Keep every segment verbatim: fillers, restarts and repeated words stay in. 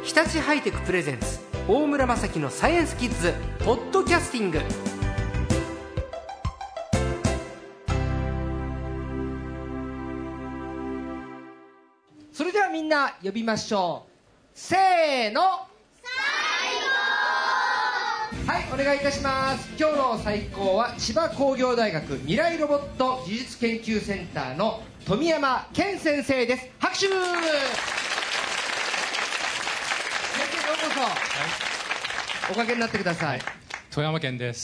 日立ハイテクプレゼンツ大村雅樹のサイエンスキッズポッドキャスティング。それではみんな呼びましょう。せーの、はい、お願いいたします。今日の最高は千葉工業大学未来ロボット技術研究センターの富山健先生です。拍手。先生、ようこそ、はい、おかけになってください。 富山県です。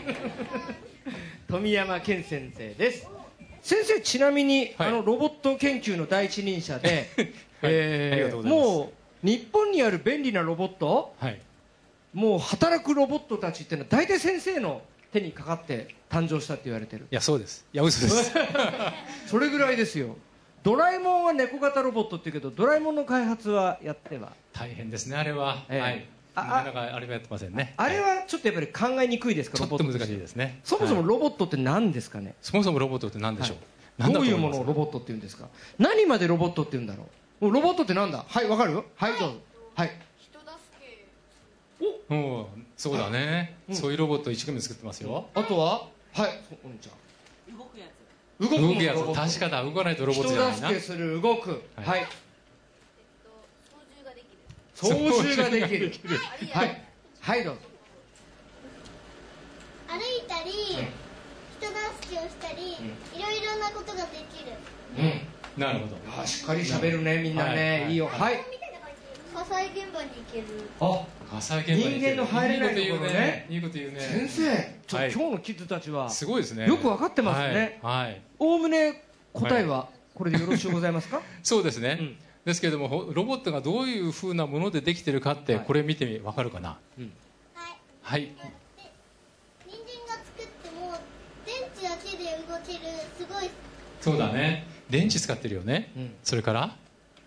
富山健先生です。先生、ちなみに、はい、あのロボット研究の第一人者で、はい、えー、もう日本にある便利なロボット、はい、もう働くロボットたちっていうのは大体先生の手にかかって誕生したって言われてる。 いや、そうです。いや、嘘です。 それぐらいですよ。ドラえもんは猫型ロボットっていうけど、ドラえもんの開発はやっては大変ですね、あれは、えーはい、なかなかあれはやってませんね。 あれはちょっとやっぱり考えにくいですか？ ちょっと難しいですね。 そもそもロボットって何ですかね？はい、 そもそもロボットって何でしょう？はい、 どういうものをロボットって言うんですか？何までロボットって言うんだろう？ロボットってなんだ？はい、わかる？はい、どうぞ。はい。 人助け。 おお、そうだね、うん、そういうロボット一生懸命作ってますよ。 あとは、はい、お兄ちゃん。 動くやつ。 動くやつ、確かだ、動かないとロボットじゃないな。 人助けする、動く、はい、はい、 えっと、操縦ができる。 操縦ができる。はい、はい、どうぞ。 歩いたり、うん、人助けをしたり、うん、いろいろなことができる。 うん、なるほど。 あ、しっかり喋るね、みんなね、はい、いいよ。はい。 火災現場に行ける。 あ、 火災現場に行ける。 人間の入れないところね。 いいこと言うね。 先生、ちょ、はい、今日のキッズたちはすごいですね。 よく分かってますね。はい。おおむね答えはこれでよろしゅうございますか？ そうですね。うん、ですけれども、ロボットがどういう風なものでできてるかって、はい、これ見てみ分かるかな？うん、 はい。 はい。 人間が作っても電池だけで動ける、すごい。 そうだね。電池使ってるよね。うん、それから？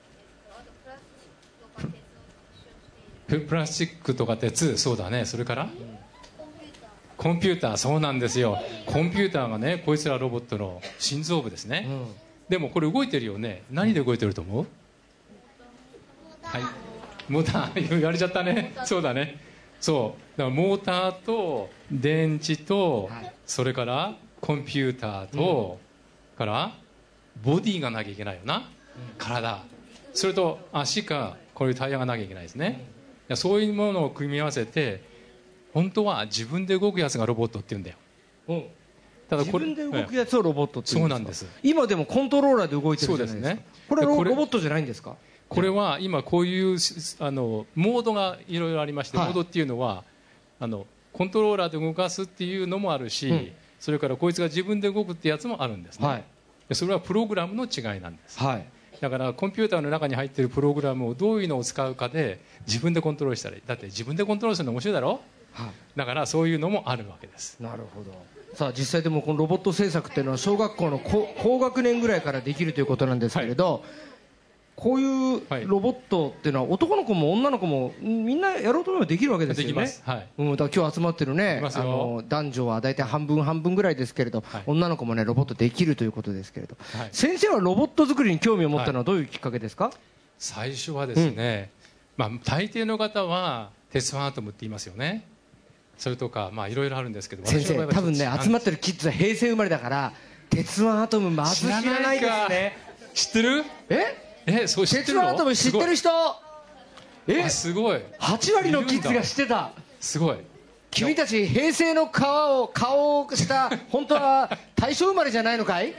プラスチックとか鉄、そうだね。それから、うん、コンピューター、そうなんですよ。コンピューターがね、こいつらロボットの心臓部ですね。うん、でもこれ動いてるよね。何で動いてると思う？はい、モーター言われちゃったね。そうだね。そうだからモーターと電池と、はい、それからコンピューターと、うん、からボディがなきゃいけないよな、うん、体、それと足かこういうタイヤがなきゃいけないですね。うん、そういうものを組み合わせて、本当は自分で動くやつがロボットって言うんだよ。うん、ただこれ自分で動くやつをロボットって言うんですか？そうなんです。今でもコントローラーで動いてるじゃないですか。そうですね。これは ロ, ロボットじゃないんですか？ これは今こういうあのモードがいろいろありまして、はい、モードっていうのはあのコントローラーで動かすっていうのもあるし、うん、それからこいつが自分で動くってやつもあるんですね。はい、それはプログラムの違いなんです。はい、だからコンピューターの中に入っているプログラムをどういうのを使うかで自分でコントロールしたらいい。だって自分でコントロールするの面白いだろ。はい、だからそういうのもあるわけです。 なるほど。さあ実際でもこのロボット製作っていうのは小学校の高学年ぐらいからできるということなんですけれど、はい、こういうロボットっていうのは男の子も女の子もみんなやろうと思えばできるわけですよね。できます。はい、うん、だから今日集まってるね、あの男女は大体半分半分ぐらいですけれど、はい、女の子もねロボットできるということですけれど、はい、先生はロボット作りに興味を持ったのはどういうきっかけですか？はい、 最初はですね、うん、まあ、大抵の方は鉄腕アトムって言いますよね。それとかまあいろいろあるんですけど、 先生多分ね集まってるキッズは平成生まれだから鉄腕アトムまず知らないですね。 知ってる？ ええ、そう知ってるの？ 鉄腕アトム知ってる人？ え、すごい。 はち割のキッズが知ってた。 すごい。 君たち平成の顔を顔をした本当は大正生まれじゃないのかい？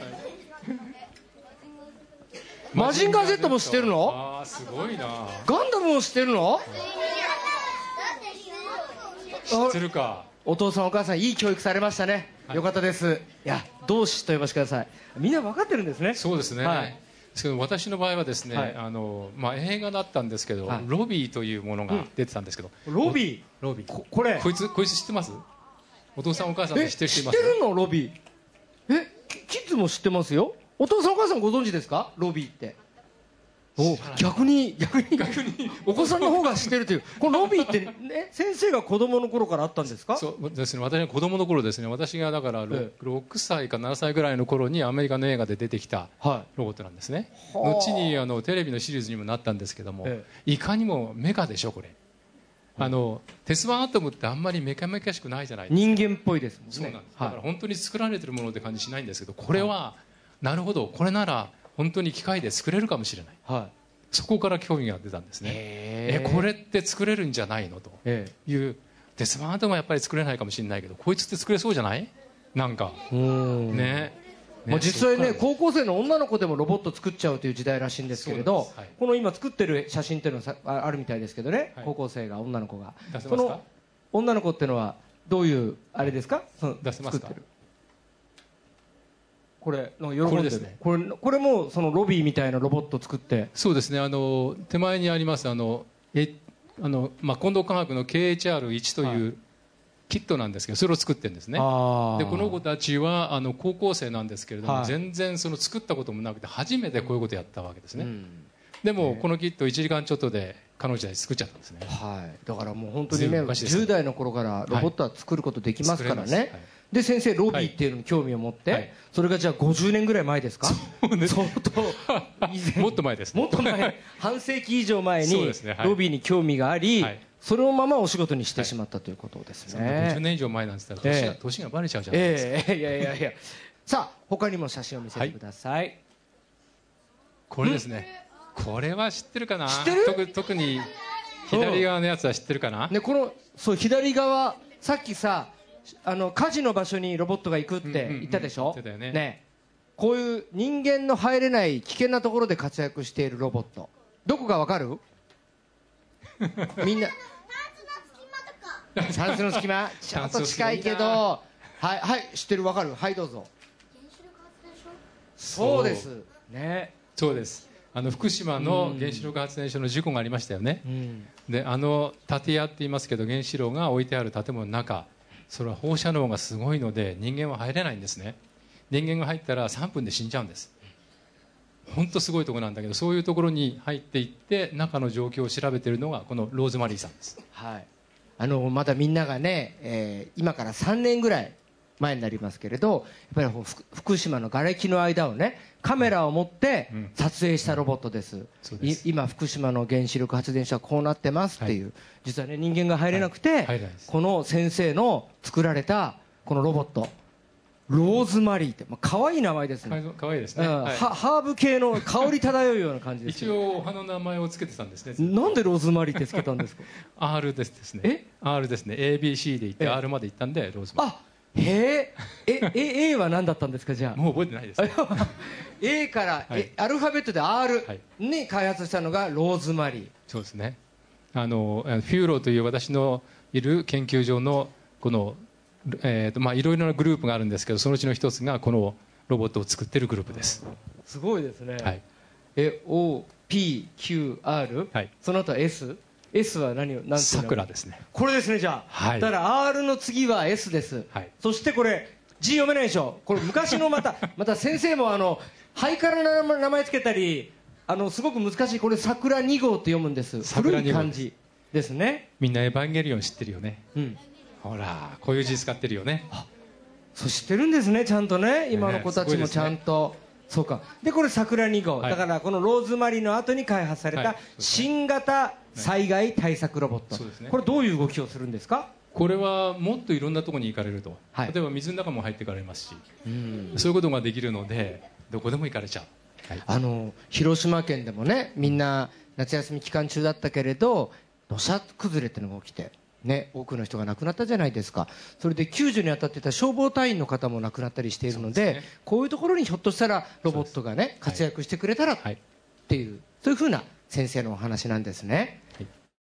マジンガー Z も知ってるの？ あー、すごいな。 ガンダムも知ってるの？ 知ってるか。 お父さんお母さんいい教育されましたね。はい、よかったです。いや、同志と呼ばせてください。みんな分かってるんですね。 そうですね。はい、ですけど私の場合はですね、はい、あのまあ、映画だったんですけど、はい、ロビーというものが出てたんですけど、 うん、ロビーロビー こ, これこいつこいつ知ってます？お父さんお母さんで知ってる人います？ 知ってるの？ロビー。え、キッズも知ってますよ。お父さんお母さんご存知ですか？ロビーって。 お逆に逆に逆にお子さんの方が知ってるというこのロビーって、ね、先生が子供の頃からあったんですか？ そうですね、私は子供の頃ですね、私がだから 6,、ええ、ろくさいかななさいぐらいの頃にアメリカの映画で出てきたロボットなんですね、はい、後にあのテレビのシリーズにもなったんですけども、ええ、いかにもメカでしょこれ、うん、あの鉄腕アトムってあんまりメカメカしくないじゃないですか。 人間っぽいですもんね。 そうなんです、はい、だから本当に作られてるものって感じしないんですけど、これは、はい、なるほどこれなら本当に機械で作れるかもしれない、はい、そこから興味が出たんですね。えこれって作れるんじゃないのという、鉄腕アトムはやっぱり作れないかもしれないけどこいつって作れそうじゃないなんかねね、 まあ、実際ね高校生の女の子でもロボット作っちゃうという時代らしいんですけれど、はい、この今作ってる写真っていうのはあるみたいですけどね、はい、高校生が女の子が出せますか？ この女の子っていうのはどういうあれですか？その出せますか？ 作ってるこれの喜んでるこれですね、これ、これもそのロビーみたいなロボットを作って。 そうですね、あの手前にありますあのえあの、まあ、近藤科学の ケーエイチアールワン というキットなんですけどそれを作ってるんですね。でこの子たちはあの高校生なんですけれども、はい、全然その作ったこともなくて初めてこういうことをやったわけですね、うん、でも、ね、このキットいちじかんちょっとで彼女たち作っちゃったんですね、 はい、だからもう本当にねじゅう代の頃からロボットは作ることできますからね、はい、で先生ロビーっていうのに興味を持って、はい、それがじゃあごじゅうねんぐらい前ですか？そうね、相当以前もっと前です、ね、 もっと前半世紀以上前にロビーに興味があり、はい、それをままお仕事にしてしまったということですね。 ごじゅうねん以上前なんて言ったら年が、えー、年がバレちゃうじゃないですか、 えー、いやいやいやさあ他にも写真を見せてください、はい、 これですね、これは知ってるかな？ 知ってる？ 特, 特に左側のやつは知ってるかな、 ね、このそう左側さっきさあの火事の場所にロボットが行くって言ったでしょ、うんうんうん、ねね、こういう人間の入れない危険なところで活躍しているロボットどこかわかる？みんなタンスの隙間ちょっと近いけどはいはい知ってるわかるはいどうぞ。そうですね、 そうです、あの福島の原子力発電所の事故がありましたよね、うん、であの建屋って言いますけど原子炉が置いてある建物の中、それは放射能がすごいので人間は入れないんですね。人間が入ったらさんぷんで死んじゃうんです。本当すごいところなんだけど、そういうところに入っていって中の状況を調べているのがこのローズマリーさんです、 はい、あのまだみんながね、えー、今からさんねんぐらい前になりますけれど、やっぱり福島の瓦礫の間をねカメラを持って撮影したロボットです、うんうん、です今福島の原子力発電所はこうなってますっていう、はい、実はね人間が入れなくて、はい、この先生の作られたこのロボットローズマリーって、まあ、可愛い名前ですね。 可愛いですね、うん、はい、 ハーブ系の香り漂うような感じです。 一応お花の名前をつけてたんですね。 なんでローズマリーってつけたんですか？ R ですですね。え R ですね。 エービーシー でいって R までいったんでローズマリー。 あへええ A は何だったんですか？じゃあもう覚えてないです、ね、 A から、はい、アルファベットで R に開発したのがローズマリー。 そうですね、あのフューローという私のいる研究所のこのえーとまあ、いろいろなグループがあるんですけど、そのうちの一つがこのロボットを作っているグループです。 すごいですね、はい、え オーピーキューアール、はい、その後は S S は何を何てさくらですね。 これですね。じゃあ、はい、だから R の次は S です、はい、そしてこれ G 読めないでしょ。これ昔のまたまた先生もあのハイカラな名前つけたりあのすごく難しい、これ桜に号って読むんです。古い漢字ですね。 みんなエヴァンゲリオン知ってるよね、 うん、 ほらこういう字使ってるよね。 あそう知ってるんですねちゃんとね。今の子たちもちゃんと、ね、そうか。でこれ桜に号、はい、だからこのローズマリーの後に開発された新型災害対策ロボット、はい、これどういう動きをするんですか？ これはもっといろんなところに行かれると、はい、例えば水の中も入っていかれますし、うん、そういうことができるのでどこでも行かれちゃう、はい、 あの広島県でもねみんな夏休み期間中だったけれど土砂崩れっていうのが起きてね、多くの人が亡くなったじゃないですか。それで救助に当たっていた消防隊員の方も亡くなったりしているの で, で、ね、こういうところにひょっとしたらロボットがね活躍してくれたらっていう、そういうふうな先生のお話なんですね。